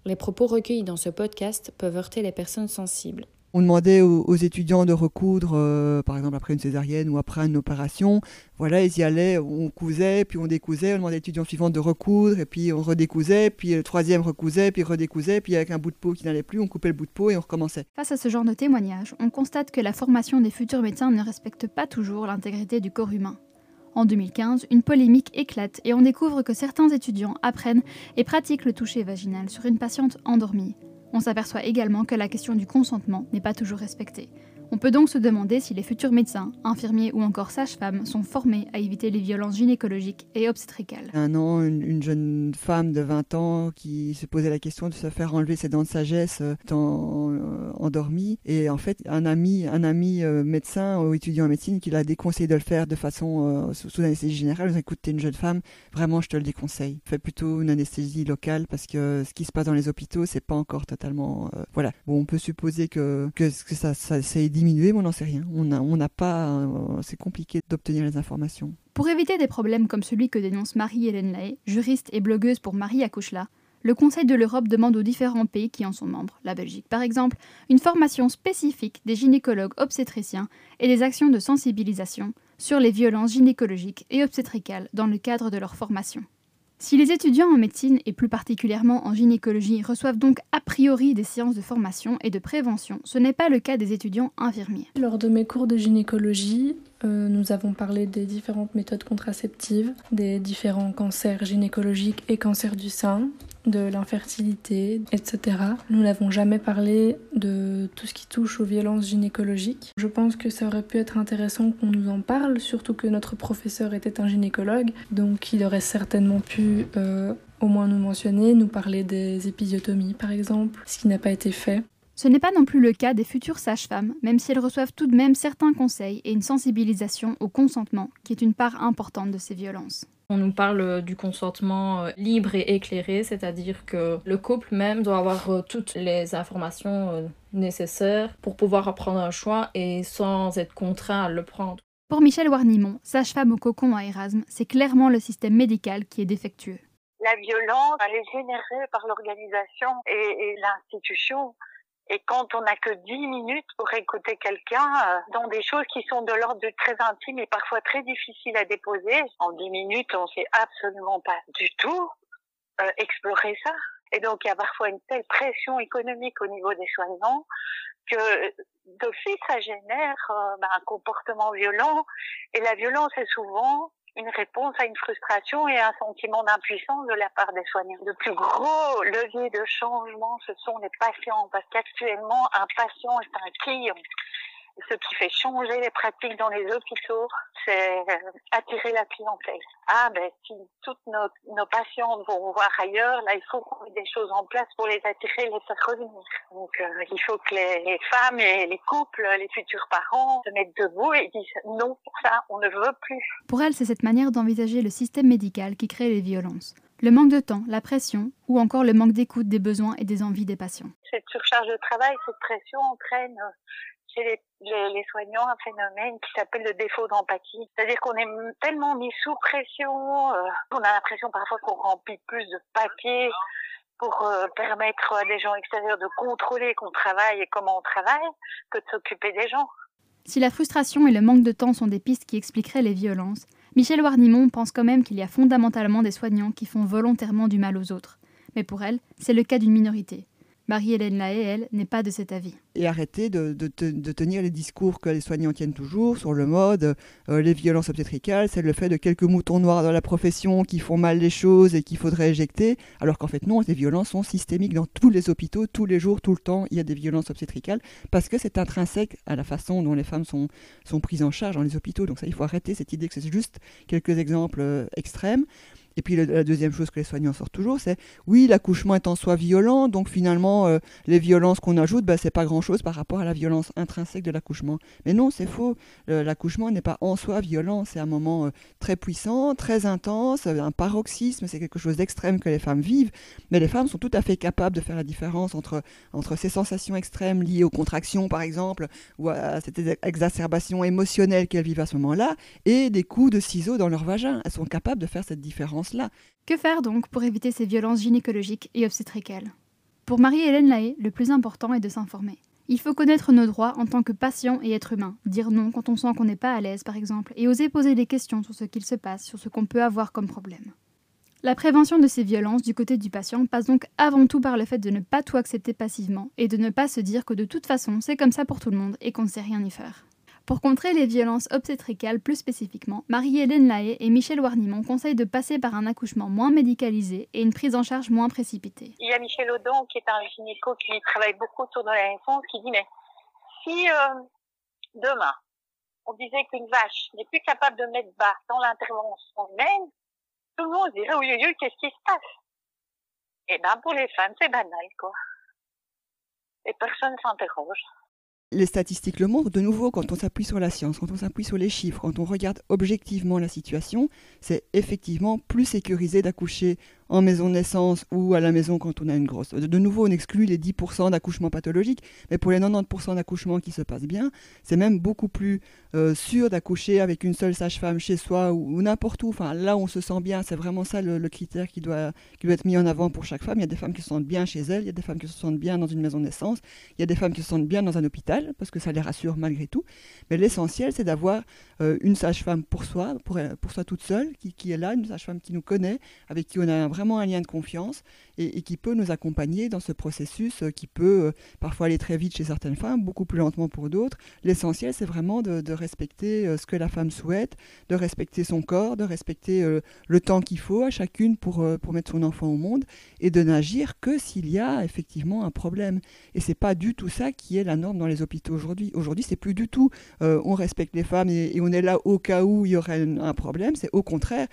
Les propos recueillis dans ce podcast peuvent heurter les personnes sensibles. On demandait aux étudiants de recoudre, par exemple après une césarienne ou après une opération. Voilà, ils y allaient, on cousait, puis on décousait. On demandait à l'étudiant suivant de recoudre, et puis on redécousait, puis le troisième recousait, puis redécousait, puis avec un bout de peau qui n'allait plus, on coupait le bout de peau et on recommençait. Face à ce genre de témoignages, on constate que la formation des futurs médecins ne respecte pas toujours l'intégrité du corps humain. En 2015, une polémique éclate et on découvre que certains étudiants apprennent et pratiquent le toucher vaginal sur une patiente endormie. On s'aperçoit également que la question du consentement n'est pas toujours respectée. On peut donc se demander si les futurs médecins, infirmiers ou encore sages-femmes sont formés à éviter les violences gynécologiques et obstétricales. Un an, une jeune femme de 20 ans qui se posait la question de se faire enlever ses dents de sagesse étant endormie. Et en fait, un ami médecin ou étudiant en médecine qui l'a déconseillé de le faire de façon sous anesthésie générale. Nous écoute, t'es une jeune femme, vraiment je te le déconseille. Fais plutôt une anesthésie locale parce que ce qui se passe dans les hôpitaux, c'est pas encore totalement... voilà. Bon, on peut supposer que ça s'est diminué, mais on n'en sait rien. On n'a pas... c'est compliqué d'obtenir les informations. Pour éviter des problèmes comme celui que dénonce Marie-Hélène Lahaye, juriste et blogueuse pour Marie accouche là, le Conseil de l'Europe demande aux différents pays qui en sont membres, la Belgique par exemple, une formation spécifique des gynécologues obstétriciens et des actions de sensibilisation sur les violences gynécologiques et obstétricales dans le cadre de leur formation. Si les étudiants en médecine et plus particulièrement en gynécologie reçoivent donc a priori des séances de formation et de prévention, ce n'est pas le cas des étudiants infirmiers. Lors de mes cours de gynécologie, nous avons parlé des différentes méthodes contraceptives, des différents cancers gynécologiques et cancers du sein, de l'infertilité, etc. Nous n'avons jamais parlé de tout ce qui touche aux violences gynécologiques. Je pense que ça aurait pu être intéressant qu'on nous en parle, surtout que notre professeur était un gynécologue, donc il aurait certainement pu au moins nous mentionner, nous parler des épisiotomies par exemple, ce qui n'a pas été fait. Ce n'est pas non plus le cas des futures sages-femmes, même si elles reçoivent tout de même certains conseils et une sensibilisation au consentement, qui est une part importante de ces violences. On nous parle du consentement libre et éclairé, c'est-à-dire que le couple même doit avoir toutes les informations nécessaires pour pouvoir prendre un choix et sans être contraint à le prendre. Pour Michèle Warnimont, sage-femme au cocon à Erasme, c'est clairement le système médical qui est défectueux. La violence, elle est générée par l'organisation et l'institution. Et quand on n'a que 10 minutes pour écouter quelqu'un dans des choses qui sont de l'ordre de très intime et parfois très difficiles à déposer, en 10 minutes, on sait absolument pas du tout explorer ça. Et donc, il y a parfois une telle pression économique au niveau des soignants que d'office, ça génère un comportement violent. Et la violence est souvent une réponse à une frustration et un sentiment d'impuissance de la part des soignants. Le plus gros levier de changement, ce sont les patients, parce qu'actuellement, un patient est un client. Ce qui fait changer les pratiques dans les hôpitaux, c'est attirer la clientèle. Si toutes nos patientes vont voir ailleurs, là, il faut qu'on mette des choses en place pour les attirer et les faire revenir. Donc, il faut que les femmes et les couples, les futurs parents se mettent debout et disent non, ça, on ne veut plus. Pour elle, c'est cette manière d'envisager le système médical qui crée les violences. Le manque de temps, la pression, ou encore le manque d'écoute des besoins et des envies des patients. Cette surcharge de travail, cette pression entraîne chez les soignants un phénomène qui s'appelle le défaut d'empathie. C'est-à-dire qu'on est tellement mis sous pression, on a l'impression parfois qu'on remplit plus de papiers pour permettre à des gens extérieurs de contrôler qu'on travaille et comment on travaille que de s'occuper des gens. Si la frustration et le manque de temps sont des pistes qui expliqueraient les violences, Michèle Warnimont pense quand même qu'il y a fondamentalement des soignants qui font volontairement du mal aux autres. Mais pour elle, c'est le cas d'une minorité. Marie-Hélène Lahaye, elle, n'est pas de cet avis. Et arrêter de tenir les discours que les soignants tiennent toujours sur le mode les violences obstétricales, c'est le fait de quelques moutons noirs dans la profession qui font mal les choses et qu'il faudrait éjecter, alors qu'en fait non, les violences sont systémiques dans tous les hôpitaux, tous les jours, tout le temps, il y a des violences obstétricales, parce que c'est intrinsèque à la façon dont les femmes sont prises en charge dans les hôpitaux. Donc ça, il faut arrêter cette idée que c'est juste quelques exemples extrêmes. Et puis la deuxième chose que les soignants sortent toujours, c'est oui, l'accouchement est en soi violent, donc finalement les violences qu'on ajoute, c'est pas grand-chose par rapport à la violence intrinsèque de l'accouchement. Mais non, c'est faux. L'accouchement n'est pas en soi violent, c'est un moment très puissant, très intense, un paroxysme, c'est quelque chose d'extrême que les femmes vivent. Mais les femmes sont tout à fait capables de faire la différence entre ces sensations extrêmes liées aux contractions, par exemple, ou à cette exacerbation émotionnelle qu'elles vivent à ce moment-là, et des coups de ciseaux dans leur vagin. Elles sont capables de faire cette différence. Là. Que faire donc pour éviter ces violences gynécologiques et obstétricales ? Pour Marie-Hélène Lahaye, le plus important est de s'informer. Il faut connaître nos droits en tant que patient et être humain, dire non quand on sent qu'on n'est pas à l'aise par exemple, et oser poser des questions sur ce qu'il se passe, sur ce qu'on peut avoir comme problème. La prévention de ces violences du côté du patient passe donc avant tout par le fait de ne pas tout accepter passivement et de ne pas se dire que de toute façon c'est comme ça pour tout le monde et qu'on ne sait rien y faire. Pour contrer les violences obstétricales plus spécifiquement, Marie-Hélène Lahaye et Michel Warnimont conseillent de passer par un accouchement moins médicalisé et une prise en charge moins précipitée. Il y a Michel Audon, qui est un gynéco qui travaille beaucoup autour de la naissance, qui dit, mais si demain, on disait qu'une vache n'est plus capable de mettre bas dans l'intervention humaine, tout le monde dirait, oui, qu'est-ce qui se passe? Eh ben, pour les femmes, c'est banal, quoi. Et personne s'interroge. Les statistiques le montrent, de nouveau, quand on s'appuie sur la science, quand on s'appuie sur les chiffres, quand on regarde objectivement la situation, c'est effectivement plus sécurisé d'accoucher en maison de naissance ou à la maison quand on a une grosse. De nouveau, on exclut les 10% d'accouchements pathologiques, mais pour les 90% d'accouchements qui se passent bien, c'est même beaucoup plus sûr d'accoucher avec une seule sage-femme chez soi ou n'importe où. Enfin, là où on se sent bien, c'est vraiment ça le critère qui doit être mis en avant pour chaque femme. Il y a des femmes qui se sentent bien chez elles, il y a des femmes qui se sentent bien dans une maison de naissance, il y a des femmes qui se sentent bien dans un hôpital, parce que ça les rassure malgré tout. Mais l'essentiel, c'est d'avoir une sage-femme pour soi toute seule, qui est là, une sage-femme qui nous connaît, avec qui on a vraiment un lien de confiance et qui peut nous accompagner dans ce processus qui peut parfois aller très vite chez certaines femmes, beaucoup plus lentement pour d'autres. L'essentiel, c'est vraiment de respecter ce que la femme souhaite, de respecter son corps, de respecter le temps qu'il faut à chacune pour mettre son enfant au monde et de n'agir que s'il y a effectivement un problème. Et c'est pas du tout ça qui est la norme dans les hôpitaux aujourd'hui. Aujourd'hui, c'est plus du tout on respecte les femmes et on est là au cas où il y aurait un problème. C'est au contraire,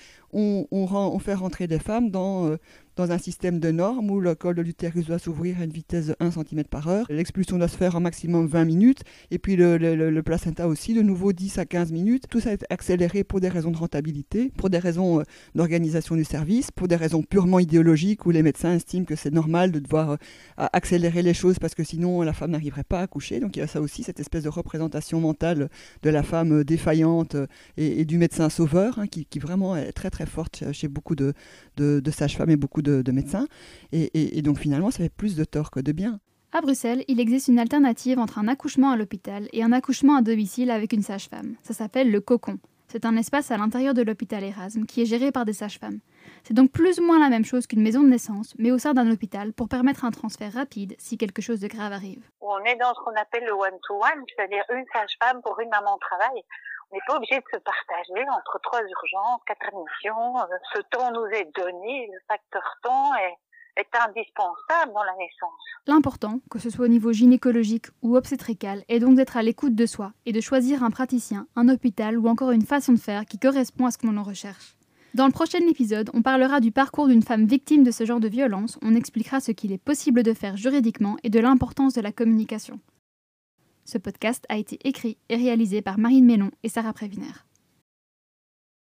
on fait rentrer les femmes dans un système de normes où le col de l'utérus doit s'ouvrir à une vitesse de 1 cm par heure. L'expulsion doit se faire en maximum 20 minutes. Et puis le placenta aussi, de nouveau 10 à 15 minutes. Tout ça est accéléré pour des raisons de rentabilité, pour des raisons d'organisation du service, pour des raisons purement idéologiques où les médecins estiment que c'est normal de devoir accélérer les choses parce que sinon la femme n'arriverait pas à accoucher. Donc il y a ça aussi, cette espèce de représentation mentale de la femme défaillante et du médecin sauveur qui vraiment est très très forte chez beaucoup de sages-femmes et beaucoup de médecins, et donc finalement ça fait plus de tort que de bien. À Bruxelles, il existe une alternative entre un accouchement à l'hôpital et un accouchement à domicile avec une sage-femme. Ça s'appelle le cocon. C'est un espace à l'intérieur de l'hôpital Erasme qui est géré par des sages-femmes. C'est donc plus ou moins la même chose qu'une maison de naissance, mais au sein d'un hôpital pour permettre un transfert rapide si quelque chose de grave arrive. On est dans ce qu'on appelle le one-to-one, c'est-à-dire une sage-femme pour une maman au travail. On n'est pas obligé de se partager entre 3 urgences, 4 admissions. Ce temps nous est donné, le facteur temps est indispensable dans la naissance. L'important, que ce soit au niveau gynécologique ou obstétrical, est donc d'être à l'écoute de soi et de choisir un praticien, un hôpital ou encore une façon de faire qui correspond à ce que l'on recherche. Dans le prochain épisode, on parlera du parcours d'une femme victime de ce genre de violence, on expliquera ce qu'il est possible de faire juridiquement et de l'importance de la communication. Ce podcast a été écrit et réalisé par Marine Mélon et Sarah Préviner.